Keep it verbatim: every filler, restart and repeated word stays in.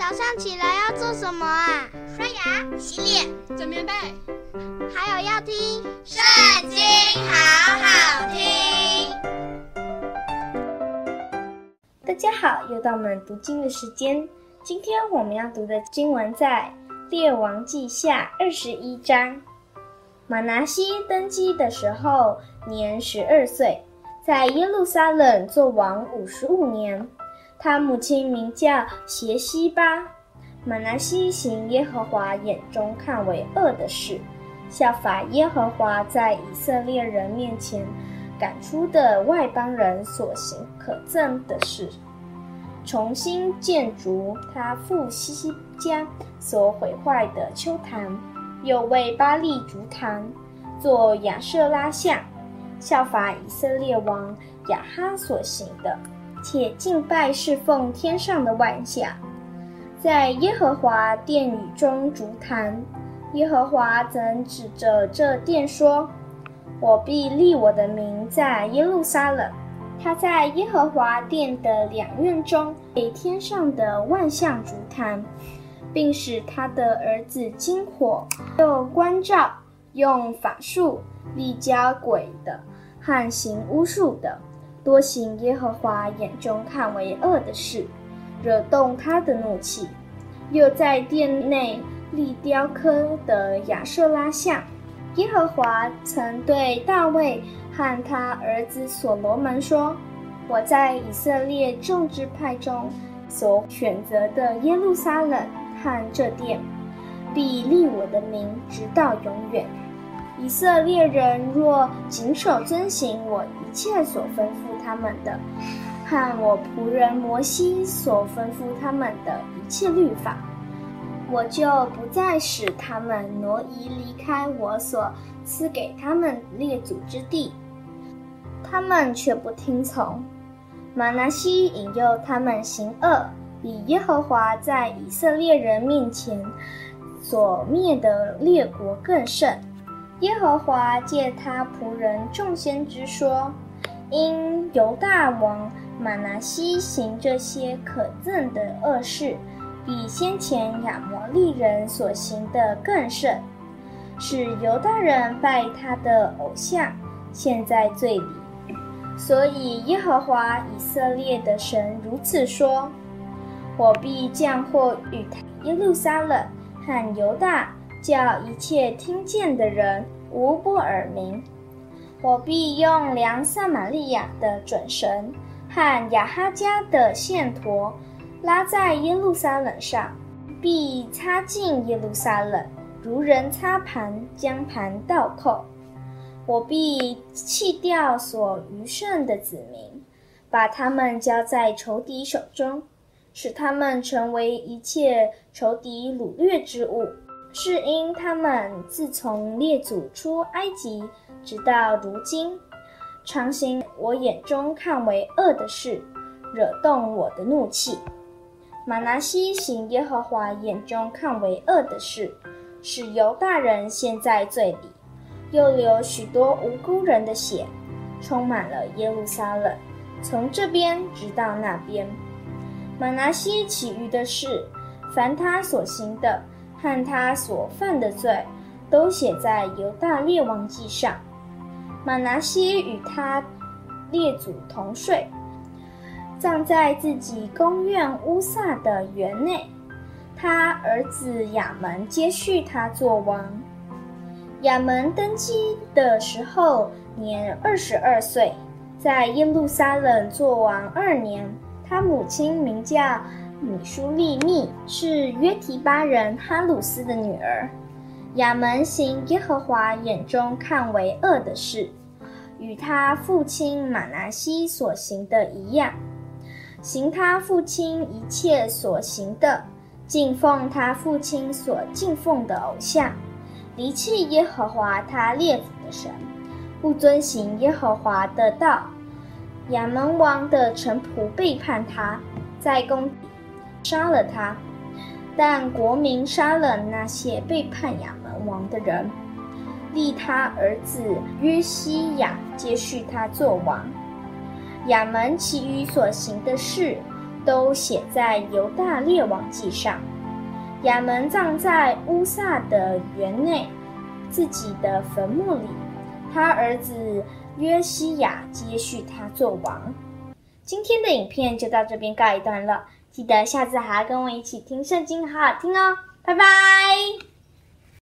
早上起来要做什么啊？ 刷牙、洗脸、 整棉被， 还有要听 《圣经》，好好听。 大家好，又到我们读经的时间。今天我们要读的经文在列王记下二十一章。马拿西登基的时候年十二岁，在耶路撒冷作王五十五年。他母亲名叫邪西巴。马拿西行耶和华眼中看为恶的事，效法耶和华在以色列人面前赶出的外邦人所行可憎的事，重新建筑他父西西家所毁坏的丘坛，又为巴力筑坛，做亚舍拉像，效法以色列王亚哈所行的，且敬拜侍奉天上的万象，在耶和华殿宇中筑坛。耶和华曾指着这殿说：我必立我的名在耶路撒冷。他在耶和华殿的两院中给天上的万象筑坛，并使他的儿子经火，又关照用法术立交鬼的和行巫术的，多行耶和华眼中看为恶的事，惹动他的怒气。又在殿内立雕刻的亚舍拉像。耶和华曾对大卫和他儿子所罗门说：我在以色列众支派中所选择的耶路撒冷和这殿，必立我的名直到永远。以色列人若谨守遵行我一切所吩咐他们的，和我仆人摩西所吩咐他们的一切律法，我就不再使他们挪移离开我所赐给他们列祖之地。他们却不听从。马拿西引诱他们行恶，比耶和华在以色列人面前所灭的列国更甚。耶和华借他仆人众先知说：因犹大王马拿西行这些可憎的恶事，比先前亚摩利人所行的更甚，使犹大人拜他的偶像，陷在罪里。所以耶和华以色列的神如此说：我必降祸与耶路撒冷和犹大，叫一切听见的人无不耳鸣。我必用量撒玛利亚的准绳和亚哈家的线砣拉在耶路撒冷上，必擦净耶路撒冷，如人擦盘，将盘倒扣。我必弃掉所余剩的子民，把他们交在仇敌手中，使他们成为一切仇敌掳掠之物。是因他们自从列祖出埃及直到如今，常行我眼中看为恶的事，惹动我的怒气。马拿西行耶和华眼中看为恶的事，使犹大人陷在罪里，又流许多无辜人的血，充满了耶路撒冷，从这边直到那边。马拿西其余的事，凡他所行的和他所犯的罪，都写在犹大列王记上。马拿西与他列祖同睡，葬在自己宫院乌撒的园内。他儿子亚门接续他作王。亚门登基的时候年二十二岁，在耶路撒冷作王二年。他母亲名叫米舒利密，是约提巴人哈鲁斯的女儿。亚门行耶和华眼中看为恶的事，与他父亲马拿西所行的一样，行他父亲一切所行的，敬奉他父亲所敬奉的偶像，离弃耶和华他列祖的神，不遵行耶和华的道。亚门王的臣仆背叛他，在宫底杀了他，但国民杀了那些背叛亚门王的人，立他儿子约西亚接续他作王。亚门其余所行的事， 都写在犹大列王记上。亚门葬在乌撒的园内自己的坟墓里，他儿子约西亚接续他做王。今天的影片就到这边告一段落，记得下次还要跟我一起听圣经，好好听哦，拜拜。